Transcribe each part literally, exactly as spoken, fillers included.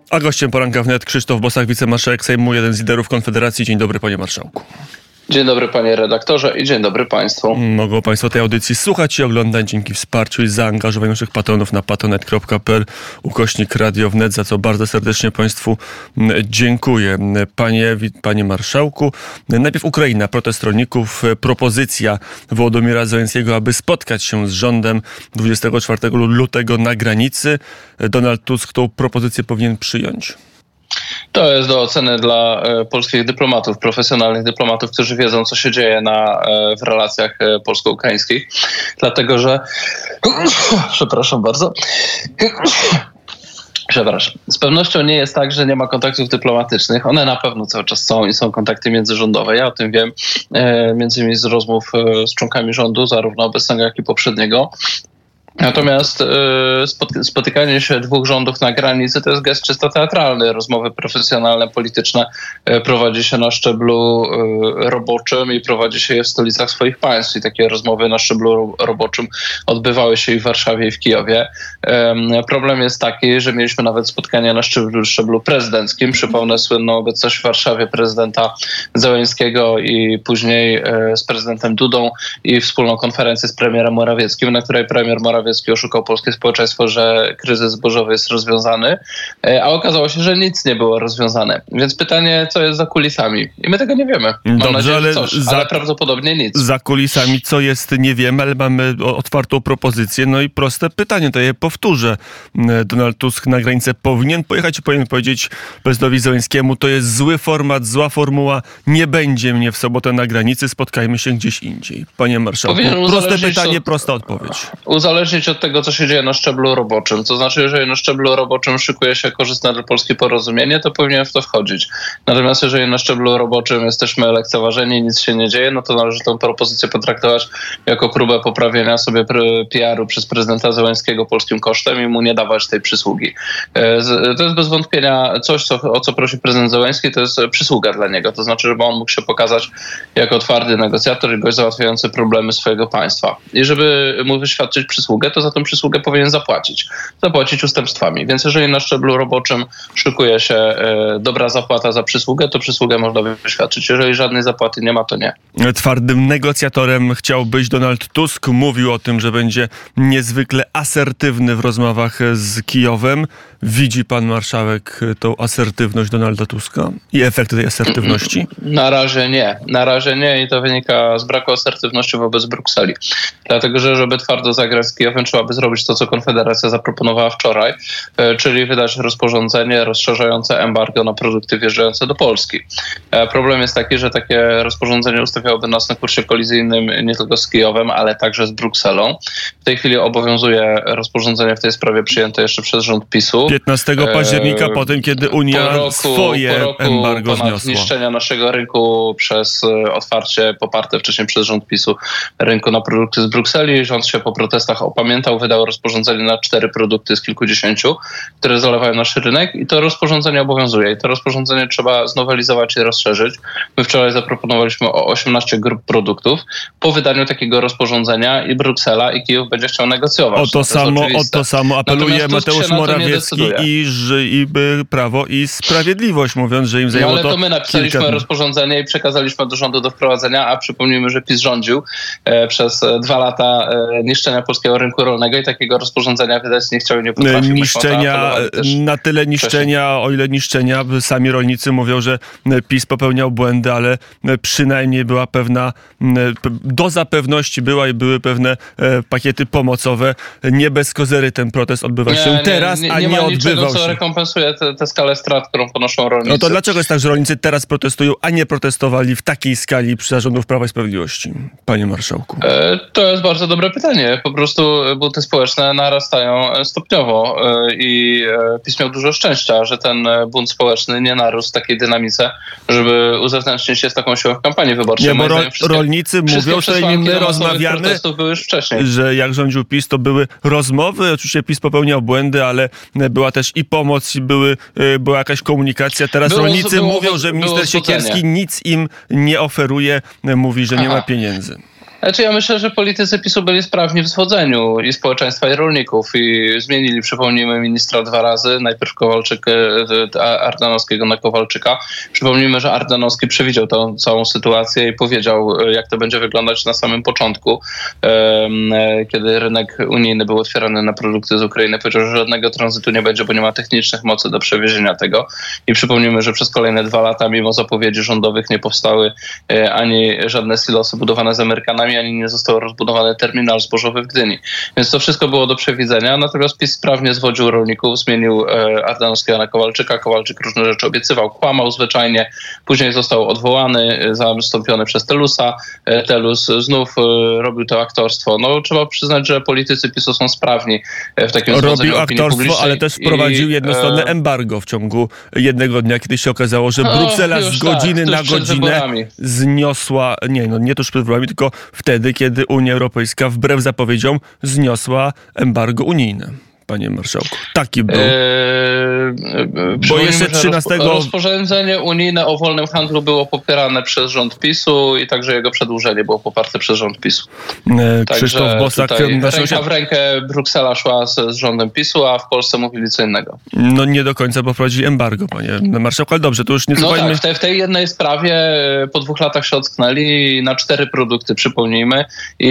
A gościem poranka wnet Krzysztof Bosak, wicemarszałek Sejmu, jeden z liderów Konfederacji. Dzień dobry, panie marszałku. Dzień dobry, panie redaktorze, i dzień dobry państwu. Mogą państwo tej audycji słuchać i oglądać dzięki wsparciu i zaangażowaniu naszych patronów na patronite kropka p l ukośnik radio wnet, za co bardzo serdecznie państwu dziękuję. Panie, panie marszałku, najpierw Ukraina, protest rolników, propozycja Wołodymyra Zełenskiego, aby spotkać się z rządem dwudziestego czwartego lutego na granicy. Donald Tusk tą propozycję powinien przyjąć? To jest do oceny dla e, polskich dyplomatów, profesjonalnych dyplomatów, którzy wiedzą, co się dzieje na, e, w relacjach e, polsko-ukraińskich. Dlatego, że... Przepraszam bardzo. Przepraszam. Z pewnością nie jest tak, że nie ma kontaktów dyplomatycznych. One na pewno cały czas są i są kontakty międzyrządowe. Ja o tym wiem, e, między innymi z rozmów e, z członkami rządu, zarówno obecnego, jak i poprzedniego. Natomiast y, spotykanie się dwóch rządów na granicy to jest gest czysto teatralny. Rozmowy profesjonalne, polityczne y, prowadzi się na szczeblu y, roboczym i prowadzi się je w stolicach swoich państw. I takie rozmowy na szczeblu roboczym odbywały się i w Warszawie, i w Kijowie. Y, problem jest taki, że mieliśmy nawet spotkania na szczeblu, szczeblu prezydenckim. Przypomnę słynną obecność w Warszawie prezydenta Zełenskiego i później y, z prezydentem Dudą i wspólną konferencję z premierem Morawieckim, na której premier Morawiecki oszukał polskie społeczeństwo, że kryzys zbożowy jest rozwiązany, a okazało się, że nic nie było rozwiązane. Więc pytanie, co jest za kulisami? I my tego nie wiemy. Mam Dobrze, nadzieję, ale, że coś, za, ale prawdopodobnie nic. Za kulisami co jest, nie wiemy, ale mamy otwartą propozycję. No i proste pytanie, to je powtórzę. Donald Tusk na granicę powinien pojechać i powinien powiedzieć prezydentowi Zełenskiemu, to jest zły format, zła formuła, nie będzie mnie w sobotę na granicy, spotkajmy się gdzieś indziej. Panie marszałku, proste pytanie, od, prosta odpowiedź. Uzależnić od tego, co się dzieje na szczeblu roboczym. To znaczy, jeżeli na szczeblu roboczym szykuje się korzystne dla Polski porozumienie, to powinien w to wchodzić. Natomiast jeżeli na szczeblu roboczym jesteśmy lekceważeni, nic się nie dzieje, no to należy tę propozycję potraktować jako próbę poprawienia sobie P R u przez prezydenta Zełenskiego polskim kosztem i mu nie dawać tej przysługi. To jest bez wątpienia coś, co, o co prosi prezydent Zełenski, to jest przysługa dla niego. To znaczy, żeby on mógł się pokazać jako twardy negocjator i gość załatwiający problemy swojego państwa. I żeby mu wyświadczyć przysługę, to za tą przysługę powinien zapłacić. Zapłacić ustępstwami. Więc jeżeli na szczeblu roboczym szykuje się e, dobra zapłata za przysługę, to przysługę można wyświadczyć. Jeżeli żadnej zapłaty nie ma, to nie. Twardym negocjatorem chciał być Donald Tusk. Mówił o tym, że będzie niezwykle asertywny w rozmowach z Kijowem. Widzi pan marszałek tą asertywność Donalda Tuska i efekty tej asertywności? Na razie nie. Na razie nie i to wynika z braku asertywności wobec Brukseli. Dlatego, że żeby twardo zagrać z Kijowem, trzeba by zrobić to, co Konfederacja zaproponowała wczoraj, czyli wydać rozporządzenie rozszerzające embargo na produkty wjeżdżające do Polski. Problem jest taki, że takie rozporządzenie ustawiałoby nas na kursie kolizyjnym nie tylko z Kijowem, ale także z Brukselą. W tej chwili obowiązuje rozporządzenie w tej sprawie przyjęte jeszcze przez rząd PiSu. piętnastego października, e, po tym, kiedy Unia po roku, swoje po roku embargo zniosła. Zniszczenia naszego rynku przez otwarcie poparte wcześniej przez rząd PiSu rynku na produkty z Brukseli. Rząd się po protestach opamiętał, wydał rozporządzenie na cztery produkty z kilkudziesięciu, które zalewają nasz rynek i to rozporządzenie obowiązuje. I to rozporządzenie trzeba znowelizować i rozszerzyć. My wczoraj zaproponowaliśmy o osiemnaście grup produktów. Po wydaniu takiego rozporządzenia i Bruksela, i Kijów będzie chciał negocjować. O to, samo, o to samo apeluje Mateusz Morawiecki i, i Prawo i Sprawiedliwość, mówiąc, że im zajęło no, ale to to my napisaliśmy kilka... rozporządzenie i przekazaliśmy do rządu do wprowadzenia, a przypomnijmy, że PiS rządził e, przez dwa lata e, niszczenia polskiego rynku rolnego i takiego rozporządzenia wydać nie chciał i nie potrafił. Niszczenia, na tyle niszczenia, wcześniej. O ile niszczenia, sami rolnicy mówią, że PiS popełniał błędy, ale przynajmniej była pewna doza pewności była i były pewne pakiety pomocowe. Nie bez kozery ten protest odbywa się nie, teraz, nie, nie, a nie, nie odbywał niczego, się. Co rekompensuje tę skalę strat, którą ponoszą rolnicy. No to dlaczego jest tak, że rolnicy teraz protestują, a nie protestowali w takiej skali przy zarządów Prawa i Sprawiedliwości? Panie marszałku. E, to jest bardzo dobre pytanie. Po prostu bunty społeczne narastają stopniowo e, i e, PiS miał dużo szczęścia, że ten bunt społeczny nie narósł w takiej dynamice, żeby uzewnętrznić się z taką siłą w kampanii wyborczej. Nie, bo ro, rolnicy mówią, że my rozmawiamy, były już wcześniej. że jak rządził PiS, to były rozmowy. Oczywiście PiS popełniał błędy, ale była też i pomoc, i były, była jakaś komunikacja. Teraz było, rolnicy było, mówią, że minister Siekierski nic im nie oferuje, mówi, że Aha. nie ma pieniędzy. Znaczy ja myślę, że politycy PiSu byli sprawni w zwodzeniu i społeczeństwa, i rolników i zmienili, przypomnijmy, ministra dwa razy, najpierw Kowalczyk, Ardanowskiego na Kowalczyka. Przypomnijmy, że Ardanowski przewidział tę całą sytuację i powiedział, jak to będzie wyglądać na samym początku, kiedy rynek unijny był otwierany na produkty z Ukrainy. Powiedział, że żadnego tranzytu nie będzie, bo nie ma technicznych mocy do przewiezienia tego. I przypomnijmy, że przez kolejne dwa lata, mimo zapowiedzi rządowych, nie powstały ani żadne silosy budowane z Amerykanami, ani nie został rozbudowany terminal zbożowy w Gdyni. Więc to wszystko było do przewidzenia. Natomiast PiS sprawnie zwodził rolników, zmienił Ardanowskiego na Kowalczyka. Kowalczyk różne rzeczy obiecywał, kłamał zwyczajnie. Później został odwołany, zastąpiony przez Telusa. Telus znów robił to aktorstwo. No trzeba przyznać, że politycy PiSu są sprawni w takim Robił aktorstwo, ale też wprowadził i, jednostronne embargo w ciągu jednego dnia, kiedy się okazało, że Bruksela z godziny tak, na godzinę zniosła, nie, no nie tuż przed wyborami, tylko wtedy, kiedy Unia Europejska wbrew zapowiedziom zniosła embargo unijne. Panie marszałku, taki był. Eee, Bo jeszcze trzynastego Rozporządzenie unijne o wolnym handlu było popierane przez rząd PiSu i także jego przedłużenie było poparte przez rząd PiSu. Eee, Krzysztof Bosak. Ręka się... w rękę Bruksela szła z, z rządem PiSu, a w Polsce mówili co innego. No nie do końca, bo wprowadzili embargo, panie marszałku, ale dobrze, to już nie No cofajmy. tak, w tej, w tej jednej sprawie po dwóch latach się ocknęli na cztery produkty, przypomnijmy. I,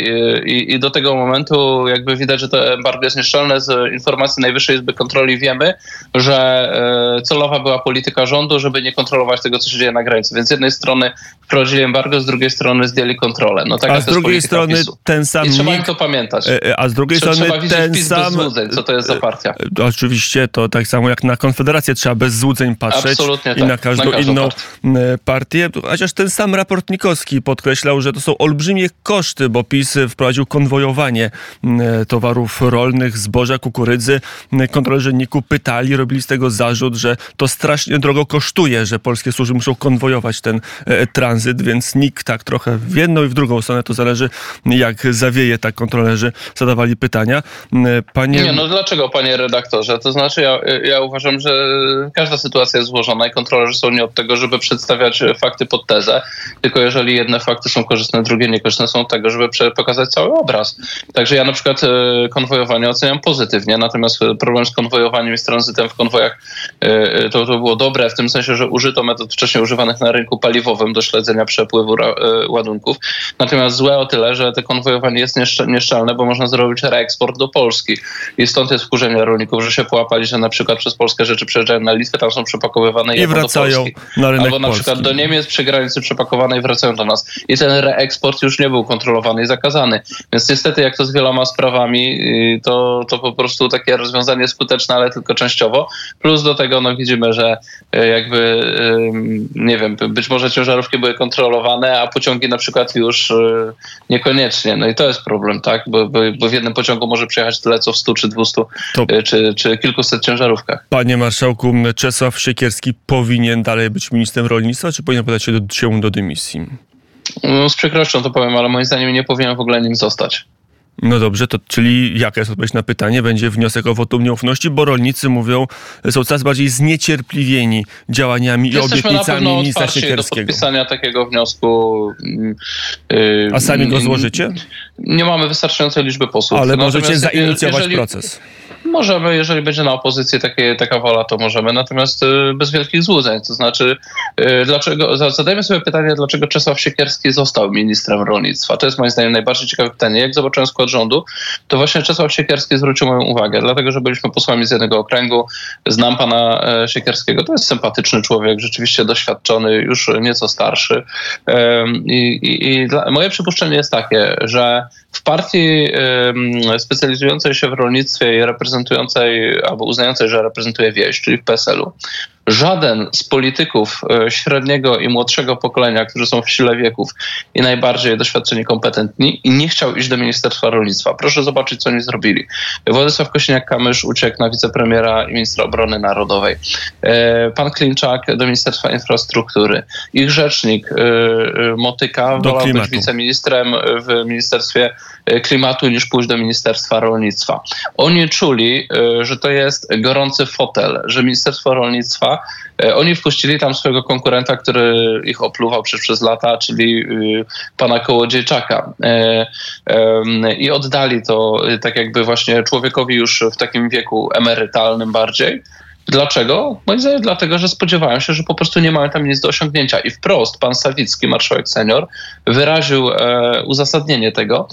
i, i do tego momentu jakby widać, że to embargo jest nieszczelne. Z informacji Najwyższej Izby Kontroli wiemy, że celowa była polityka rządu, żeby nie kontrolować tego, co się dzieje na granicy. Więc z jednej strony wprowadzili embargo, z drugiej strony zdjęli kontrolę. No, taka a z drugiej strony PiSu. ten sam I trzeba nikt, im to pamiętać. A z drugiej trzeba strony widzieć ten PiS sam... bez złudzeń, co to jest za partia. Oczywiście to tak samo jak na Konfederację trzeba bez złudzeń patrzeć. Absolutnie i tak. na każdą, na każdą inną partię. partię. Chociaż ten sam raport Nikowski podkreślał, że to są olbrzymie koszty, bo PiS wprowadził konwojowanie towarów rolnych, zboża, kukurydzy. Kontrolerzy N I K-u pytali, robili z tego zarzut, że to strasznie drogo kosztuje, że polskie służby muszą konwojować ten e, tranzyt, więc N I K tak trochę w jedną i w drugą stronę, to zależy jak zawieje, tak kontrolerzy zadawali pytania. Panie... Nie, no dlaczego, panie redaktorze? To znaczy ja, ja uważam, że każda sytuacja jest złożona i kontrolerzy są nie od tego, żeby przedstawiać fakty pod tezę, tylko jeżeli jedne fakty są korzystne, drugie niekorzystne, są od tego, żeby pokazać cały obraz. Także ja na przykład konwojowanie oceniam pozytywnie, natomiast problem z konwojowaniem i z tranzytem w konwojach to, to było dobre w tym sensie, że użyto metod wcześniej używanych na rynku paliwowym do śledzenia przepływu ładunków. Natomiast złe o tyle, że to konwojowanie jest nieszczelne, bo można zrobić reeksport do Polski. I stąd jest wkurzenie rolników, że się połapali, że na przykład przez polskie rzeczy przejeżdżają na Litwę, tam są przepakowywane i wracają do Polski. na rynek Albo na polski. przykład do Niemiec przy granicy przepakowane i wracają do nas. I ten reeksport już nie był kontrolowany i zakazany. Więc niestety jak to z wieloma sprawami, to, to po prostu takie rozwiązanie skuteczne, ale tylko częściowo. Plus do tego no widzimy, że jakby nie wiem, być może ciężarówki były kontrolowane, a pociągi na przykład już niekoniecznie. No i to jest problem, tak? Bo, bo, bo w jednym pociągu może przejechać tyle co w stu czy dwustu to... czy, czy kilkuset ciężarówkach. Panie marszałku, Czesław Siekierski powinien dalej być ministrem rolnictwa, czy powinien podać się do, się do dymisji? No, z przykrością to powiem, ale moim zdaniem nie powinien w ogóle nim zostać. No dobrze, to czyli jaka jest odpowiedź na pytanie? Będzie wniosek o wotum nieufności, bo rolnicy mówią, są coraz bardziej zniecierpliwieni działaniami Jesteśmy i obietnicami na ministra pewno Siekierskiego. do podpisania takiego wniosku. Yy, A sami go złożycie? Nie mamy wystarczającej liczby posłów. Ale możecie Natomiast zainicjować jeżeli, proces. Możemy, jeżeli będzie na opozycji takie, taka wola, to możemy, natomiast y, bez wielkich złudzeń. To znaczy, y, dlaczego, zadajmy sobie pytanie, dlaczego Czesław Siekierski został ministrem rolnictwa. To jest moim zdaniem najbardziej ciekawe pytanie. Jak zobaczyłem skład rządu, to właśnie Czesław Siekierski zwrócił moją uwagę, dlatego, że byliśmy posłami z jednego okręgu. Znam pana e, Siekierskiego. To jest sympatyczny człowiek, rzeczywiście doświadczony, już nieco starszy. I, i, i dla, moje przypuszczenie jest takie, że w partii y, specjalizującej się w rolnictwie i reprezentującej, albo uznającej, że reprezentuje wieś, czyli w P S L-u, żaden z polityków średniego i młodszego pokolenia, którzy są w sile wieków i najbardziej doświadczeni, kompetentni, i nie chciał iść do Ministerstwa Rolnictwa. Proszę zobaczyć, co oni zrobili. Władysław Kosiniak-Kamysz uciekł na wicepremiera i ministra obrony narodowej. Pan Klimczak do Ministerstwa Infrastruktury. Ich rzecznik Motyka wolał być wiceministrem w Ministerstwie klimatu niż pójść do Ministerstwa Rolnictwa. Oni czuli, że to jest gorący fotel, że Ministerstwo Rolnictwa, oni wpuścili tam swojego konkurenta, który ich opluwał przez, przez lata, czyli pana Kołodziejczaka. I oddali to tak jakby właśnie człowiekowi już w takim wieku emerytalnym bardziej. Dlaczego? Moim zdaniem dlatego, że spodziewałem się, że po prostu nie mają tam nic do osiągnięcia. I wprost pan Sawicki, marszałek senior, wyraził e, uzasadnienie tego,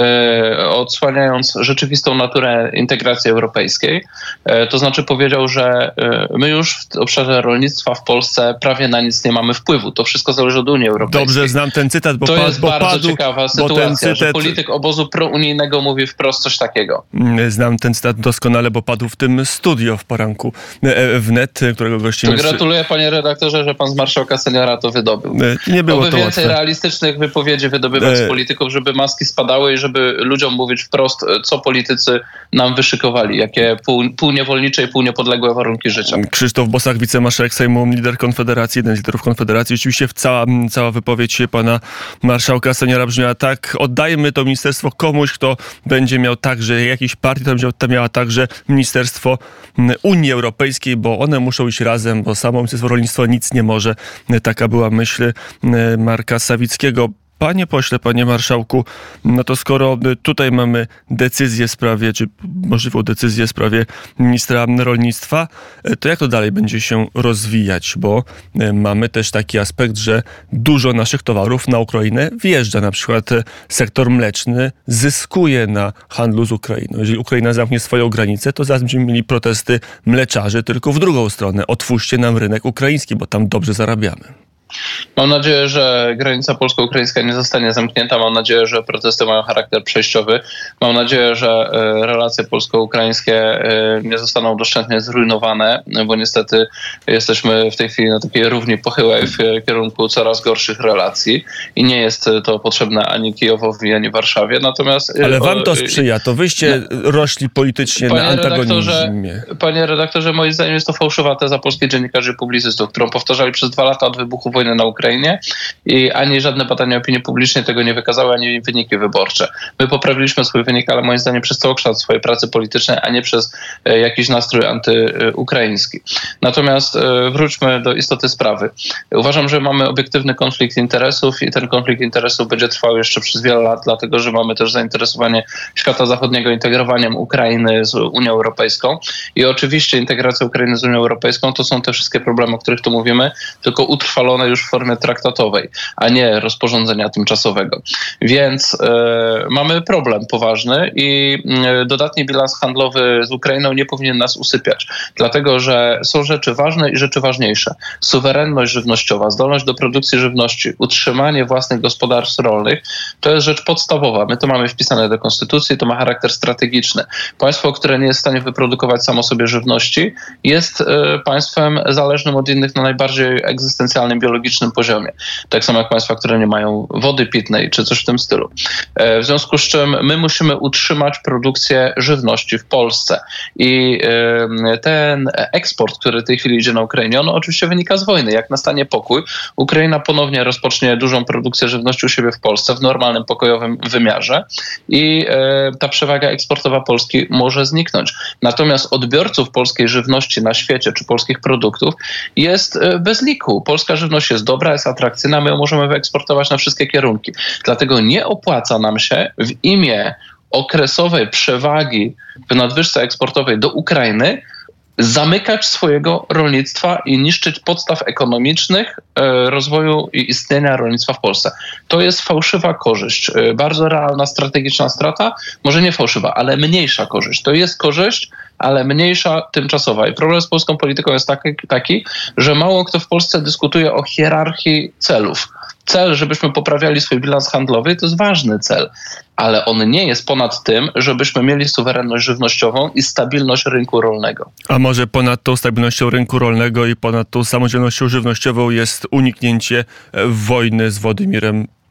e, odsłaniając rzeczywistą naturę integracji europejskiej. E, to znaczy powiedział, że e, my już w obszarze rolnictwa w Polsce prawie na nic nie mamy wpływu. To wszystko zależy od Unii Europejskiej. Dobrze, znam ten cytat, bo To pa, jest bo bardzo padł, ciekawa sytuacja, cytat, że polityk obozu prounijnego mówi wprost coś takiego. Znam ten cytat doskonale, bo padł w tym studio w poranku wnet, którego gościmy. To gratuluję, panie redaktorze, że pan z marszałka seniora to wydobył. Nie było Oby to więcej łatwe. realistycznych wypowiedzi wydobywać z polityków, żeby maski spadały i żeby ludziom mówić wprost, co politycy nam wyszykowali, jakie pół, półniewolnicze i półniepodległe warunki życia. Krzysztof Bosak, wicemarszałek Sejmu, lider Konfederacji, jeden z liderów Konfederacji. Rzeczywiście cała, cała wypowiedź pana marszałka seniora brzmiała tak: oddajmy to ministerstwo komuś, kto będzie miał także jakiejś partii, to będzie miała także Ministerstwo Unii Europejskiej, bo one muszą iść razem, bo samo Ministerstwo Rolnictwa nic nie może. Taka była myśl Marka Sawickiego. Panie pośle, panie marszałku, no to skoro tutaj mamy decyzję w sprawie, czy możliwą decyzję w sprawie ministra rolnictwa, to jak to dalej będzie się rozwijać? Bo mamy też taki aspekt, że dużo naszych towarów na Ukrainę wjeżdża. Na przykład sektor mleczny zyskuje na handlu z Ukrainą. Jeżeli Ukraina zamknie swoją granicę, to zaraz będziemy mieli protesty mleczarzy, tylko w drugą stronę. Otwórzcie nam rynek ukraiński, bo tam dobrze zarabiamy. Mam nadzieję, że granica polsko-ukraińska nie zostanie zamknięta. Mam nadzieję, że protesty mają charakter przejściowy. Mam nadzieję, że relacje polsko-ukraińskie nie zostaną doszczętnie zrujnowane, bo niestety jesteśmy w tej chwili na takiej równi pochyłej w kierunku coraz gorszych relacji i nie jest to potrzebne ani Kijowowi, ani Warszawie. Natomiast ale wam to sprzyja, to wyście no, rośli politycznie panie na antagonizmie. Panie redaktorze, moim zdaniem jest to fałszywa teza polskich dziennikarzy i publicystów, którą powtarzali przez dwa lata od wybuchu wojny na Ukrainie i ani żadne badania opinii publicznej tego nie wykazały, ani wyniki wyborcze. My poprawiliśmy swój wynik, ale moim zdaniem przez całokształt swojej pracy politycznej, a nie przez e, jakiś nastrój antyukraiński. Natomiast e, wróćmy do istoty sprawy. Uważam, że mamy obiektywny konflikt interesów i ten konflikt interesów będzie trwał jeszcze przez wiele lat, dlatego że mamy też zainteresowanie świata zachodniego integrowaniem Ukrainy z Unią Europejską i oczywiście integracja Ukrainy z Unią Europejską to są te wszystkie problemy, o których tu mówimy, tylko utrwalone już w formie traktatowej, a nie rozporządzenia tymczasowego. Więc e, mamy problem poważny i e, dodatni bilans handlowy z Ukrainą nie powinien nas usypiać, dlatego że są rzeczy ważne i rzeczy ważniejsze. Suwerenność żywnościowa, zdolność do produkcji żywności, utrzymanie własnych gospodarstw rolnych, to jest rzecz podstawowa. My to mamy wpisane do konstytucji, to ma charakter strategiczny. Państwo, które nie jest w stanie wyprodukować samo sobie żywności, jest e, państwem zależnym od innych na najbardziej egzystencjalnym, biologicznym poziomie. Tak samo jak państwa, które nie mają wody pitnej, czy coś w tym stylu. E, w związku z czym my musimy utrzymać produkcję żywności w Polsce. I e, ten eksport, który w tej chwili idzie na Ukrainie, on oczywiście wynika z wojny. Jak nastanie pokój, Ukraina ponownie rozpocznie dużą produkcję żywności u siebie w Polsce w normalnym, pokojowym wymiarze i e, ta przewaga eksportowa Polski może zniknąć. Natomiast odbiorców polskiej żywności na świecie, czy polskich produktów jest e, bez liku. Polska żywność jest dobra, jest atrakcyjna, my ją możemy wyeksportować na wszystkie kierunki. Dlatego nie opłaca nam się w imię okresowej przewagi w nadwyżce eksportowej do Ukrainy zamykać swojego rolnictwa i niszczyć podstaw ekonomicznych e, rozwoju i istnienia rolnictwa w Polsce. To jest fałszywa korzyść. E, bardzo realna, strategiczna strata, może nie fałszywa, ale mniejsza korzyść. To jest korzyść, ale mniejsza, tymczasowa. I problem z polską polityką jest taki, taki, że mało kto w Polsce dyskutuje o hierarchii celów. Cel, żebyśmy poprawiali swój bilans handlowy, to jest ważny cel, ale on nie jest ponad tym, żebyśmy mieli suwerenność żywnościową i stabilność rynku rolnego. A może ponad tą stabilnością rynku rolnego i ponad tą samodzielnością żywnościową jest uniknięcie wojny z Władimirem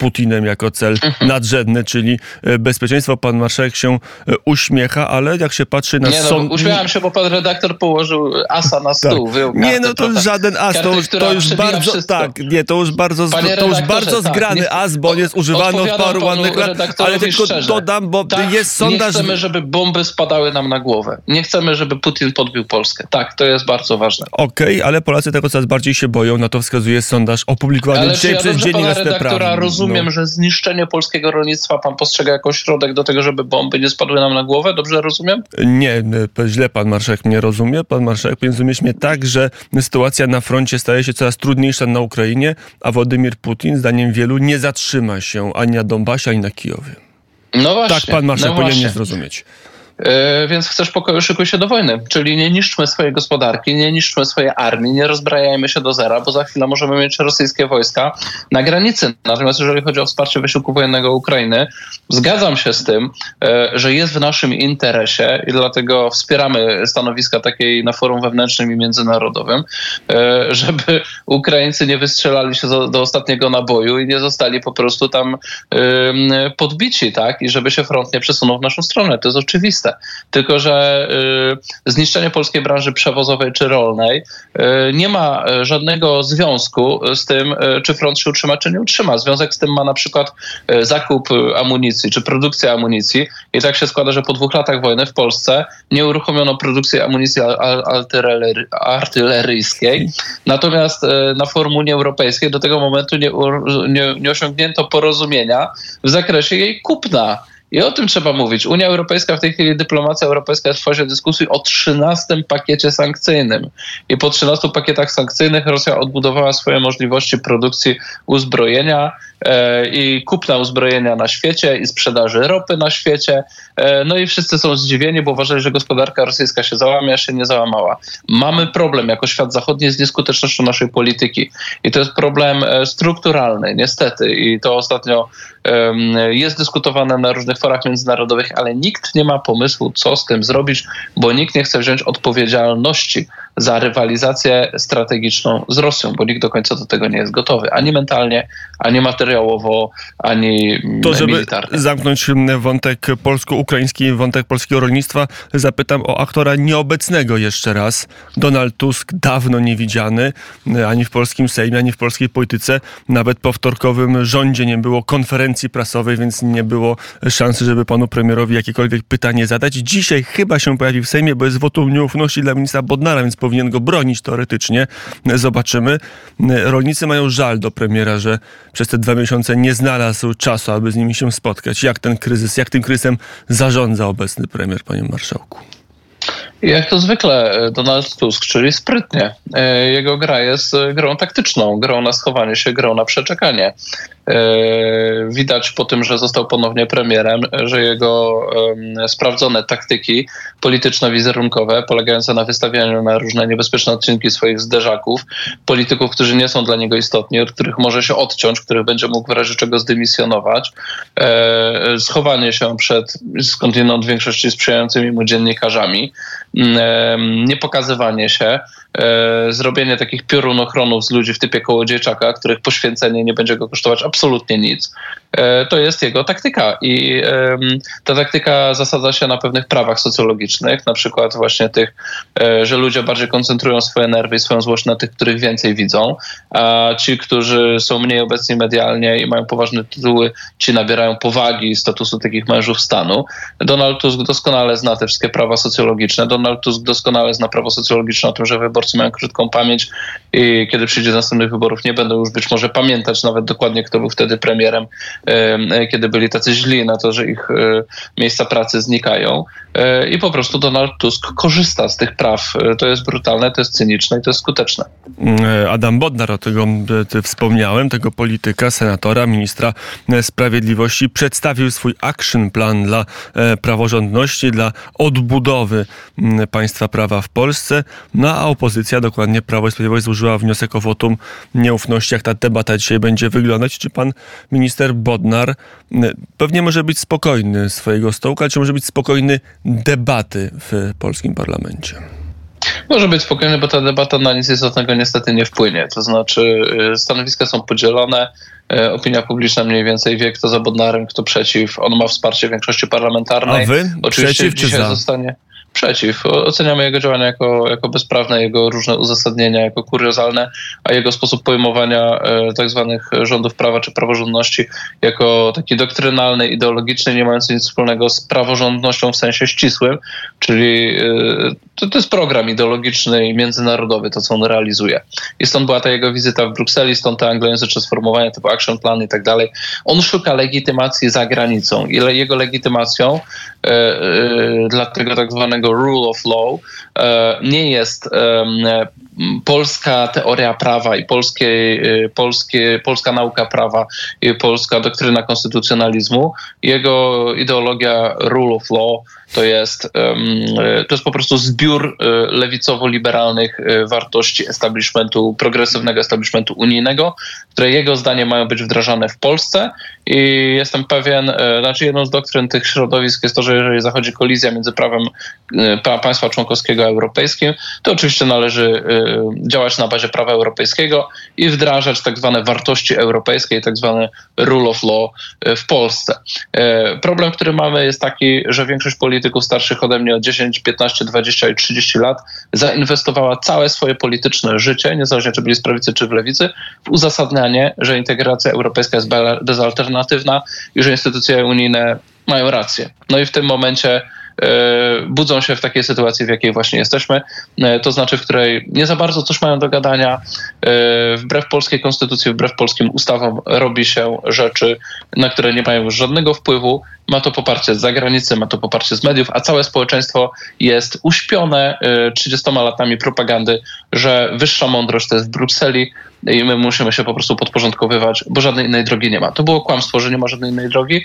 Putinem jako cel mhm. nadrzędny, czyli bezpieczeństwo. Pan marszałek się uśmiecha, ale jak się patrzy na nie, sąd... No, uśmiecham się, bo pan redaktor położył asa na stół. Tak. Nie, no to już żaden as, kartę, to już, to już bardzo... Wszystko. Tak, nie, to już bardzo, to już bardzo zgrany tak, as, bo on jest używany od paru ładnych lat, ale tylko szczerze, dodam, bo tak, jest sondaż... Nie chcemy, żeby bomby spadały nam na głowę. Nie chcemy, żeby Putin podbił Polskę. Tak, to jest bardzo ważne. Okej, okay, ale Polacy tego coraz bardziej się boją, na to wskazuje sondaż opublikowany ale dzisiaj ja przez Dziennik redaktora rozumiem, no. że zniszczenie polskiego rolnictwa pan postrzega jako środek do tego, żeby bomby nie spadły nam na głowę? Dobrze rozumiem? Nie, źle pan marszałek mnie rozumie. Pan marszałek powinien rozumieć mnie tak, że sytuacja na froncie staje się coraz trudniejsza na Ukrainie, a Władimir Putin, zdaniem wielu, nie zatrzyma się ani na Donbasie, ani na Kijowie. No właśnie. Tak pan marszałek no powinien właśnie. nie zrozumieć. Yy, więc chcesz pokoju, szykuj się do wojny. Czyli nie niszczmy swojej gospodarki, nie niszczmy swojej armii, nie rozbrajajmy się do zera, bo za chwilę możemy mieć rosyjskie wojska na granicy. Natomiast jeżeli chodzi o wsparcie wysiłku wojennego Ukrainy, zgadzam się z tym, yy, że jest w naszym interesie i dlatego wspieramy stanowiska takiej na forum wewnętrznym i międzynarodowym, yy, żeby Ukraińcy nie wystrzelali się do, do ostatniego naboju i nie zostali po prostu tam yy, podbici, tak? I żeby się front nie przesunął w naszą stronę. To jest oczywiste. Tylko że y, zniszczenie polskiej branży przewozowej czy rolnej y, nie ma żadnego związku z tym, y, czy front się utrzyma, czy nie utrzyma. Związek z tym ma na przykład y, zakup amunicji, czy produkcja amunicji. I tak się składa, że po dwóch latach wojny w Polsce nie uruchomiono produkcji amunicji artylery, artyleryjskiej. Natomiast y, na forum Unii Europejskiej do tego momentu nie, nie, nie osiągnięto porozumienia w zakresie jej kupna. I o tym trzeba mówić. Unia Europejska, w tej chwili dyplomacja europejska jest w fazie dyskusji o trzynastym pakiecie sankcyjnym. I po trzynastu pakietach sankcyjnych Rosja odbudowała swoje możliwości produkcji uzbrojenia e, i kupna uzbrojenia na świecie i sprzedaży ropy na świecie. E, no i wszyscy są zdziwieni, bo uważali, że gospodarka rosyjska się załamie, a się nie załamała. Mamy problem jako świat zachodni z nieskutecznością naszej polityki. I to jest problem strukturalny, niestety. I to ostatnio e, jest dyskutowane na różnych forach międzynarodowych, ale nikt nie ma pomysłu, co z tym zrobić, bo nikt nie chce wziąć odpowiedzialności za rywalizację strategiczną z Rosją, bo nikt do końca do tego nie jest gotowy. Ani mentalnie, ani materiałowo, ani to, żeby militarnie. Zamknąć wątek polsko-ukraiński, wątek polskiego rolnictwa, zapytam o aktora nieobecnego jeszcze raz. Donald Tusk, dawno niewidziany, ani w polskim Sejmie, ani w polskiej polityce. Nawet po wtorkowym rządzie nie było konferencji prasowej, więc nie było szansy, żeby panu premierowi jakiekolwiek pytanie zadać. Dzisiaj chyba się pojawi w Sejmie, bo jest wotum nieufności dla ministra Bodnara, więc powinien go bronić teoretycznie. Zobaczymy. Rolnicy mają żal do premiera, że przez te dwa miesiące nie znalazł czasu, aby z nimi się spotkać. Jak ten kryzys, jak tym kryzysem zarządza obecny premier, panie marszałku? Jak to zwykle Donald Tusk, czyli sprytnie. Jego gra jest grą taktyczną, grą na schowanie się, grą na przeczekanie. Widać po tym, że został ponownie premierem, że jego sprawdzone taktyki polityczno-wizerunkowe, polegające na wystawianiu na różne niebezpieczne odcinki swoich zderzaków, polityków, którzy nie są dla niego istotni, od których może się odciąć, których będzie mógł w razie czego zdymisjonować, schowanie się przed skądinąd w większości sprzyjającymi mu dziennikarzami, niepokazywanie się, zrobienie takich piorunochronów z ludzi w typie Kołodziejczaka, których poświęcenie nie będzie go kosztować absolutnie nic. To jest jego taktyka i ta taktyka zasadza się na pewnych prawach socjologicznych, na przykład właśnie tych, że ludzie bardziej koncentrują swoje nerwy i swoją złość na tych, których więcej widzą, a ci, którzy są mniej obecni medialnie i mają poważne tytuły, ci nabierają powagi statusu takich mężów stanu. Donald Tusk doskonale zna te wszystkie prawa socjologiczne. Donald Tusk doskonale zna prawo socjologiczne o tym, że wyborcy mają krótką pamięć i kiedy przyjdzie do następnych wyborów, nie będą już być może pamiętać nawet dokładnie, kto był wtedy premierem, kiedy byli tacy źli na to, że ich miejsca pracy znikają. I po prostu Donald Tusk korzysta z tych praw. To jest brutalne, to jest cyniczne i to jest skuteczne. Adam Bodnar, o tego wspomniałem, tego polityka, senatora, ministra sprawiedliwości, przedstawił swój action plan dla praworządności, dla odbudowy państwa prawa w Polsce, no a opozycja, dokładnie Prawo i Sprawiedliwość, złożyła wniosek o wotum nieufności. Jak ta debata dzisiaj będzie wyglądać? Czy pan minister Bodnar pewnie może być spokojny swojego stołka, czy może być spokojny debaty w polskim parlamencie? Może być spokojny, bo ta debata na nic istotnego niestety nie wpłynie. To znaczy stanowiska są podzielone. Opinia publiczna mniej więcej wie, kto za Bodnarem, kto przeciw. On ma wsparcie większości parlamentarnej. A wy? Oczywiście Przeciw czy dzisiaj za? Zostanie... Przeciw. Oceniamy jego działania jako, jako bezprawne, jego różne uzasadnienia jako kuriozalne, a jego sposób pojmowania e, tak zwanych rządów prawa czy praworządności jako taki doktrynalny, ideologiczny, nie mający nic wspólnego z praworządnością w sensie ścisłym, czyli e, to, to jest program ideologiczny i międzynarodowy, to co on realizuje. I stąd była ta jego wizyta w Brukseli, stąd te anglojęzyczne sformułowania typu action plan i tak dalej. On szuka legitymacji za granicą i jego legitymacją e, e, dla tego tak zwanego rule of law nie jest polska teoria prawa i polskie, polskie, polska nauka prawa i polska doktryna konstytucjonalizmu. Jego ideologia rule of law to jest, to jest po prostu zbiór lewicowo-liberalnych wartości establishmentu, progresywnego establishmentu unijnego, które jego zdaniem mają być wdrażane w Polsce i jestem pewien, znaczy jedną z doktryn tych środowisk jest to, że jeżeli zachodzi kolizja między prawem państwa członkowskiego a europejskim, to oczywiście należy działać na bazie prawa europejskiego i wdrażać tak zwane wartości europejskie i tak zwane rule of law w Polsce. Problem, który mamy jest taki, że większość polityków starszych ode mnie o dziesięć, piętnaście, dwadzieścia i trzydzieści lat zainwestowała całe swoje polityczne życie, niezależnie czy byli z prawicy czy w lewicy, w uzasadnianie, że integracja europejska jest bezalternatywna i że instytucje unijne mają rację. No i w tym momencie budzą się w takiej sytuacji, w jakiej właśnie jesteśmy, to znaczy, w której nie za bardzo coś mają do gadania, wbrew polskiej konstytucji, wbrew polskim ustawom robi się rzeczy, na które nie mają już żadnego wpływu, ma to poparcie z zagranicy, ma to poparcie z mediów, a całe społeczeństwo jest uśpione trzydziestoma latami propagandy, że wyższa mądrość to jest w Brukseli i my musimy się po prostu podporządkowywać, bo żadnej innej drogi nie ma. To było kłamstwo, że nie ma żadnej innej drogi.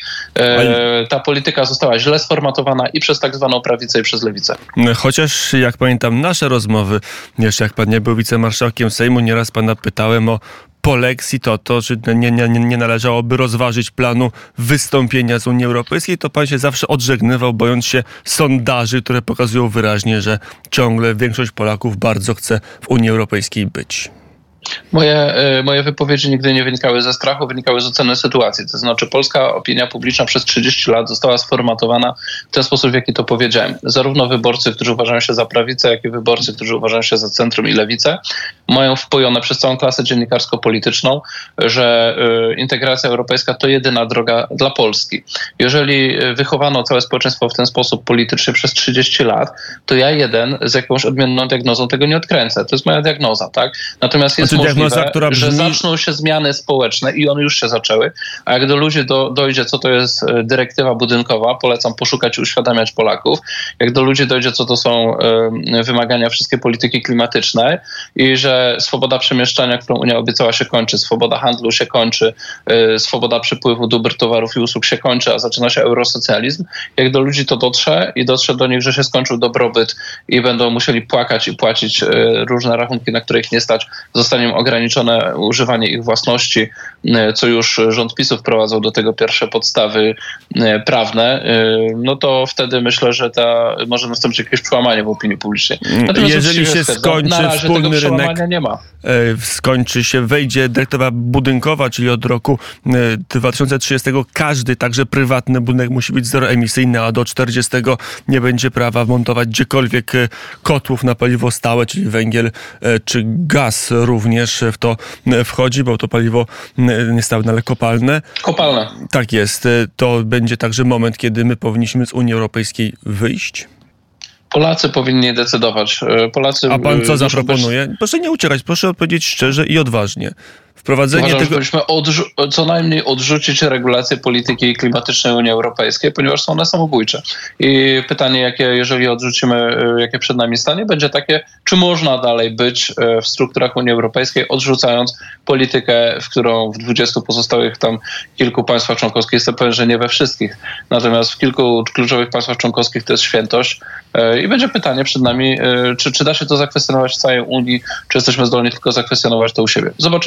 E, ta polityka została źle sformatowana i przez tak zwaną prawicę, i przez lewicę. Chociaż jak pamiętam nasze rozmowy, jeszcze jak pan nie był wicemarszałkiem Sejmu, nieraz pana pytałem o polexit, o to, czy nie, nie, nie należałoby rozważyć planu wystąpienia z Unii Europejskiej, to pan się zawsze odżegnywał, bojąc się sondaży, które pokazują wyraźnie, że ciągle większość Polaków bardzo chce w Unii Europejskiej być. Moje, moje wypowiedzi nigdy nie wynikały ze strachu, wynikały z oceny sytuacji. To znaczy polska opinia publiczna przez trzydzieści lat została sformatowana w ten sposób, w jaki to powiedziałem. Zarówno wyborcy, którzy uważają się za prawicę, jak i wyborcy, którzy uważają się za centrum i lewicę, mają wpojone przez całą klasę dziennikarsko-polityczną, że integracja europejska to jedyna droga dla Polski. Jeżeli wychowano całe społeczeństwo w ten sposób politycznie przez trzydzieści lat, to ja jeden z jakąś odmienną diagnozą tego nie odkręcę. To jest moja diagnoza, tak? Natomiast jest możliwe, diagnoza, która brzmi... że zaczną się zmiany społeczne i one już się zaczęły, a jak do ludzi do, dojdzie, co to jest dyrektywa budynkowa, polecam poszukać i uświadamiać Polaków, jak do ludzi dojdzie, co to są y, wymagania wszystkie polityki klimatycznej i że swoboda przemieszczania, którą Unia obiecała, się kończy, swoboda handlu się kończy, y, swoboda przepływu dóbr, towarów i usług się kończy, a zaczyna się eurosocjalizm, jak do ludzi to dotrze i dotrze do nich, że się skończył dobrobyt i będą musieli płakać i płacić y, różne rachunki, na które ich nie stać, zostanie ograniczone używanie ich własności, co już rząd PiSu wprowadzał do tego pierwsze podstawy prawne, no to wtedy myślę, że ta, może nastąpić jakieś przełamanie w opinii publicznej. Natomiast jeżeli się skończy na razie wspólny tego rynek, nie ma. skończy się, wejdzie dyrektywa budynkowa, czyli od roku dwa tysiące trzydziestego każdy, także prywatny budynek musi być zeroemisyjny, a do czterdziestego nie będzie prawa montować gdziekolwiek kotłów na paliwo stałe, czyli węgiel czy gaz również w to wchodzi, bo to paliwo nie stałe, ale kopalne. Kopalne. Tak jest. To będzie także moment, kiedy my powinniśmy z Unii Europejskiej wyjść? Polacy powinni decydować. Polacy, A pan co zaproponuje? Być... Proszę nie uciekać, proszę odpowiedzieć szczerze i odważnie. Wprowadzenie Uważam, tego... że powinniśmy odrzu- co najmniej odrzucić regulacje polityki klimatycznej Unii Europejskiej, ponieważ są one samobójcze. I pytanie, jakie, jeżeli odrzucimy, jakie przed nami stanie, będzie takie, czy można dalej być w strukturach Unii Europejskiej, odrzucając politykę, w którą w dwudziestu pozostałych tam kilku państwach członkowskich, jestem pewien, że nie we wszystkich, natomiast w kilku kluczowych państwach członkowskich to jest świętość. I będzie pytanie przed nami, czy, czy da się to zakwestionować w całej Unii, czy jesteśmy zdolni tylko zakwestionować to u siebie. Zobaczymy, jaki będzie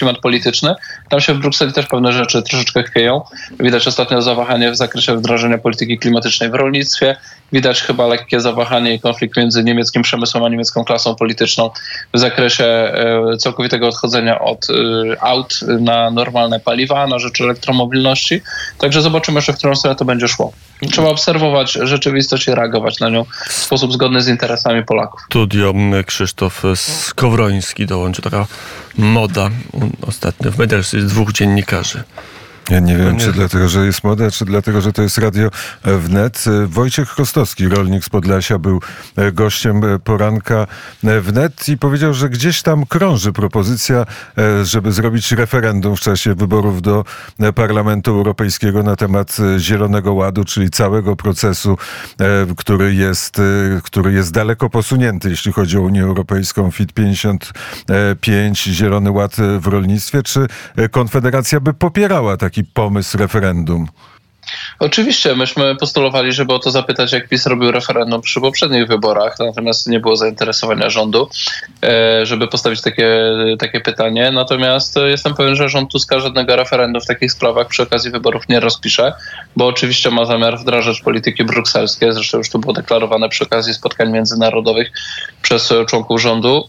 klimat polityczny. Tam się w Brukseli też pewne rzeczy troszeczkę chwieją. Widać ostatnio zawahanie w zakresie wdrażania polityki klimatycznej w rolnictwie. Widać chyba lekkie zawahanie i konflikt między niemieckim przemysłem a niemiecką klasą polityczną w zakresie całkowitego odchodzenia od aut na normalne paliwa, na rzecz elektromobilności. Także zobaczymy jeszcze, w którą stronę to będzie szło. Trzeba obserwować rzeczywistość i reagować na nią w sposób zgodny z interesami Polaków. Studio Krzysztof Skowroński dołączy. Taka moda ostatnio w mediach jest dwóch dziennikarzy. Ja nie wiem, nie czy dlatego, że jest moda, czy dlatego, że to jest Radio Wnet. Wojciech Chostowski, rolnik z Podlasia, był gościem poranka Wnet i powiedział, że gdzieś tam krąży propozycja, żeby zrobić referendum w czasie wyborów do Parlamentu Europejskiego na temat Zielonego Ładu, czyli całego procesu, który jest, który jest daleko posunięty, jeśli chodzi o Unię Europejską, Fit pięćdziesiąt pięć, Zielony Ład w rolnictwie. Czy Konfederacja by popierała taki pomysł referendum? Oczywiście, myśmy postulowali, żeby o to zapytać, jak PiS robił referendum przy poprzednich wyborach, natomiast nie było zainteresowania rządu, żeby postawić takie, takie pytanie. Natomiast jestem pewien, że rząd Tuska żadnego referendum w takich sprawach przy okazji wyborów nie rozpisze, bo oczywiście ma zamiar wdrażać polityki brukselskie, zresztą już to było deklarowane przy okazji spotkań międzynarodowych przez członków rządu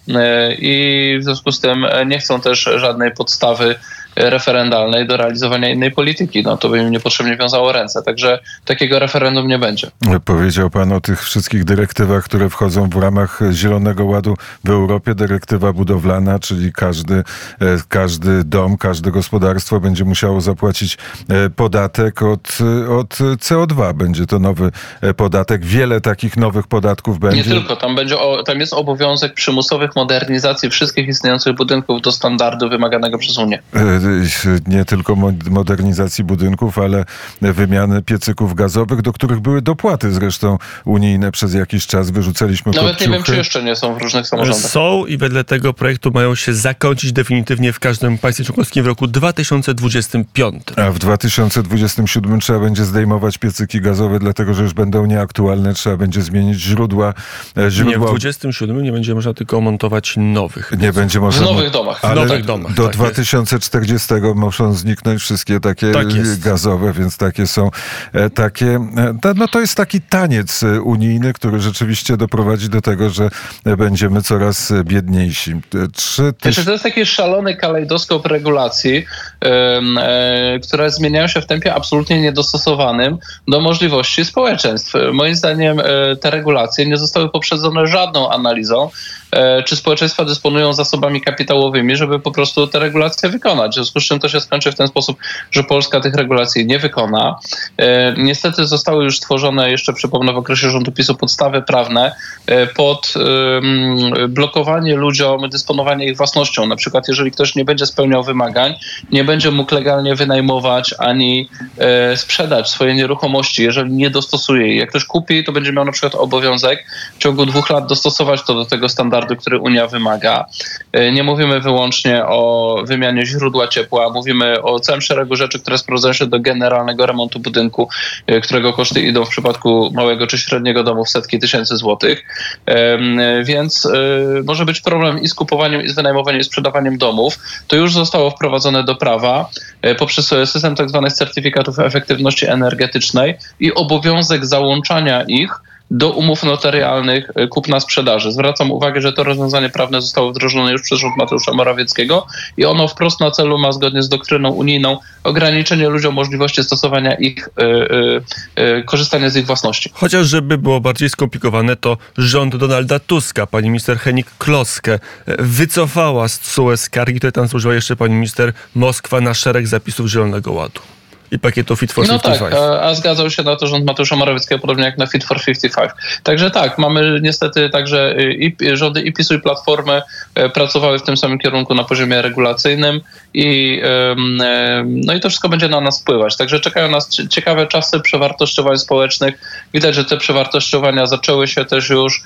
i w związku z tym nie chcą też żadnej podstawy referendalnej do realizowania innej polityki. No to by im niepotrzebnie wiązało ręce. Także takiego referendum nie będzie. Powiedział pan o tych wszystkich dyrektywach, które wchodzą w ramach Zielonego Ładu w Europie. Dyrektywa budowlana, czyli każdy, każdy dom, każde gospodarstwo będzie musiało zapłacić podatek od, od C O dwa. Będzie to nowy podatek. Wiele takich nowych podatków będzie. Nie tylko. Tam, będzie, tam jest obowiązek przymusowych modernizacji wszystkich istniejących budynków do standardu wymaganego przez Unię. Nie tylko modernizacji budynków, ale wymiany piecyków gazowych, do których były dopłaty zresztą unijne przez jakiś czas. Wyrzucaliśmy Nawet kopciuchy. Nie wiem, czy jeszcze nie są w różnych samorządach. Są i wedle tego projektu mają się zakończyć definitywnie w każdym państwie członkowskim w roku dwa tysiące dwudziestym piątym. A w dwa tysiące dwudziestym siódmym trzeba będzie zdejmować piecyki gazowe, dlatego że już będą nieaktualne. Trzeba będzie zmienić źródła. źródła... Nie, w dwudziestym siódmym nie będzie można tylko montować nowych. Nie będzie można... W nowych domach. Ale w nowych domach. Do tak dwa tysiące czterdziestego muszą zniknąć wszystkie takie tak gazowe, więc takie są takie... No to jest taki taniec unijny, który rzeczywiście doprowadzi do tego, że będziemy coraz biedniejsi. Trzy tyś... To jest taki szalony kalejdoskop regulacji, yy, yy, które zmieniają się w tempie absolutnie niedostosowanym do możliwości społeczeństw. Moim zdaniem yy, te regulacje nie zostały poprzedzone żadną analizą, yy, czy społeczeństwa dysponują zasobami kapitałowymi, żeby po prostu te regulacje wykonać. W związku z czym to się skończy w ten sposób, że Polska tych regulacji nie wykona. Yy, niestety zostały już stworzone, jeszcze przypomnę, w okresie rządu PiSu podstawy prawne yy, pod yy, blokowanie ludziom dysponowania ich własnością. Na przykład jeżeli ktoś nie będzie spełniał wymagań, nie będzie mógł legalnie wynajmować ani e, sprzedać swojej nieruchomości, jeżeli nie dostosuje jej. Jak ktoś kupi, to będzie miał na przykład obowiązek w ciągu dwóch lat dostosować to do tego standardu, który Unia wymaga. E, nie mówimy wyłącznie o wymianie źródła ciepła, mówimy o całym szeregu rzeczy, które sprowadzają się do generalnego remontu budynku, e, którego koszty idą w przypadku małego czy średniego domu w setki tysięcy złotych. E, więc e, może być problem i z kupowaniem, i z wynajmowaniem, i sprzedawaniem domów. To już zostało wprowadzone do prawa poprzez system tak zwanych certyfikatów efektywności energetycznej i obowiązek załączania ich do umów notarialnych kupna-sprzedaży. Zwracam uwagę, że to rozwiązanie prawne zostało wdrożone już przez rząd Mateusza Morawieckiego i ono wprost na celu ma, zgodnie z doktryną unijną, ograniczenie ludziom możliwości stosowania ich, yy, yy, korzystania z ich własności. Chociaż żeby było bardziej skomplikowane, to rząd Donalda Tuska, pani minister Hennig-Kloskę wycofała z C U E skargi, które tam złożyła jeszcze pani minister Moskwa na szereg zapisów Zielonego Ładu i pakietu Fit for No pięćdziesiąt pięć. tak, a, a zgadzał się na to rząd Mateusza Morawieckiego, podobnie jak na Fit for pięćdziesiąt pięć. Także tak, mamy niestety także i rządy i PiSu, i Platformy pracowały w tym samym kierunku na poziomie regulacyjnym i no i to wszystko będzie na nas wpływać. Także czekają nas ciekawe czasy przewartościowań społecznych. Widać, że te przewartościowania zaczęły się też już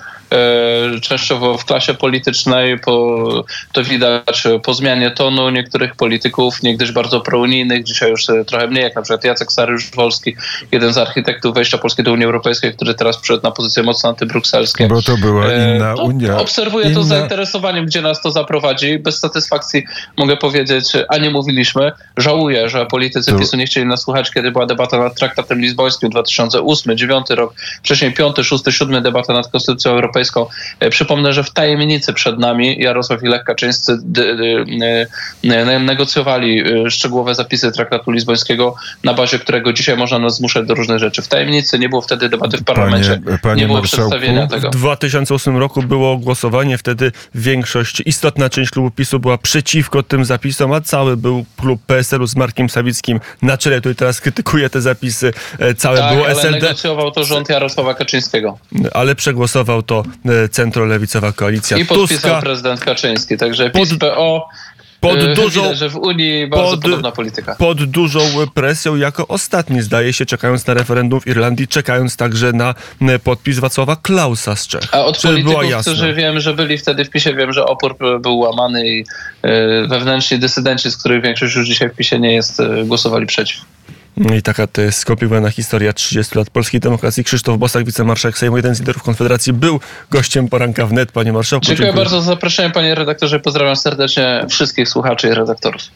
e, częściowo w klasie politycznej. Po, to widać po zmianie tonu niektórych polityków, niegdyś bardzo prounijnych, dzisiaj już trochę mniej, jak na przykład Jacek Saryusz-Wolski, jeden z architektów wejścia Polski do Unii Europejskiej, który teraz przyszedł na pozycje mocno antybrukselskie. Bo to była inna no, Unia. Obserwuję inna... to z zainteresowaniem, gdzie nas to zaprowadzi. Bez satysfakcji mogę powiedzieć, a nie mówiliśmy. Żałuję, że politycy to... PiSu nie chcieli nas słuchać, kiedy była debata nad traktatem lizbońskim dwa tysiące ósmy, dwa tysiące dziewiąty rok, wcześniej piąty, szósty, siódmy debata nad Konstytucją Europejską. Przypomnę, że w tajemnicy przed nami Jarosław i Lech Kaczyńscy dy, dy, dy, negocjowali szczegółowe zapisy traktatu lizbońskiego, na bazie którego dzisiaj można nas zmuszać do różnych rzeczy. W tajemnicy nie było wtedy debaty w parlamencie, panie, panie nie było marszałku, przedstawienia tego. W dwa tysiące ósmym roku było głosowanie, wtedy większość, istotna część klubu PiSu była przeciwko tym zapisom, a cały był klub P S L-u z Markiem Sawickim na czele, który teraz krytykuje te zapisy, całe tak, było ale S L D. negocjował to rząd Jarosława Kaczyńskiego. Ale przegłosował to centrolewicowa koalicja I podpisał Tuska. prezydent Kaczyński, także Pod- PiS P O Pod Yy, dużą, widać, że w Unii bardzo pod, podobna polityka. pod dużą presją jako ostatni, zdaje się, czekając na referendum w Irlandii, czekając także na podpis Wacława Klausa z Czech. A od Żeby była polityków, jasna. którzy wiem, że byli wtedy w PiSie, wiem, że opór był łamany i yy, wewnętrzni dysydenci, z których większość już dzisiaj w PiSie nie jest, yy, głosowali przeciw. I taka to jest skomplikowana historia trzydziestu lat polskiej demokracji. Krzysztof Bosak, wicemarszałek Sejmu, jeden z liderów Konfederacji, był gościem Poranka Wnet. Panie marszałku, Dziękuję, dziękuję bardzo za zaproszenie, panie redaktorze. Pozdrawiam serdecznie wszystkich słuchaczy i redaktorów.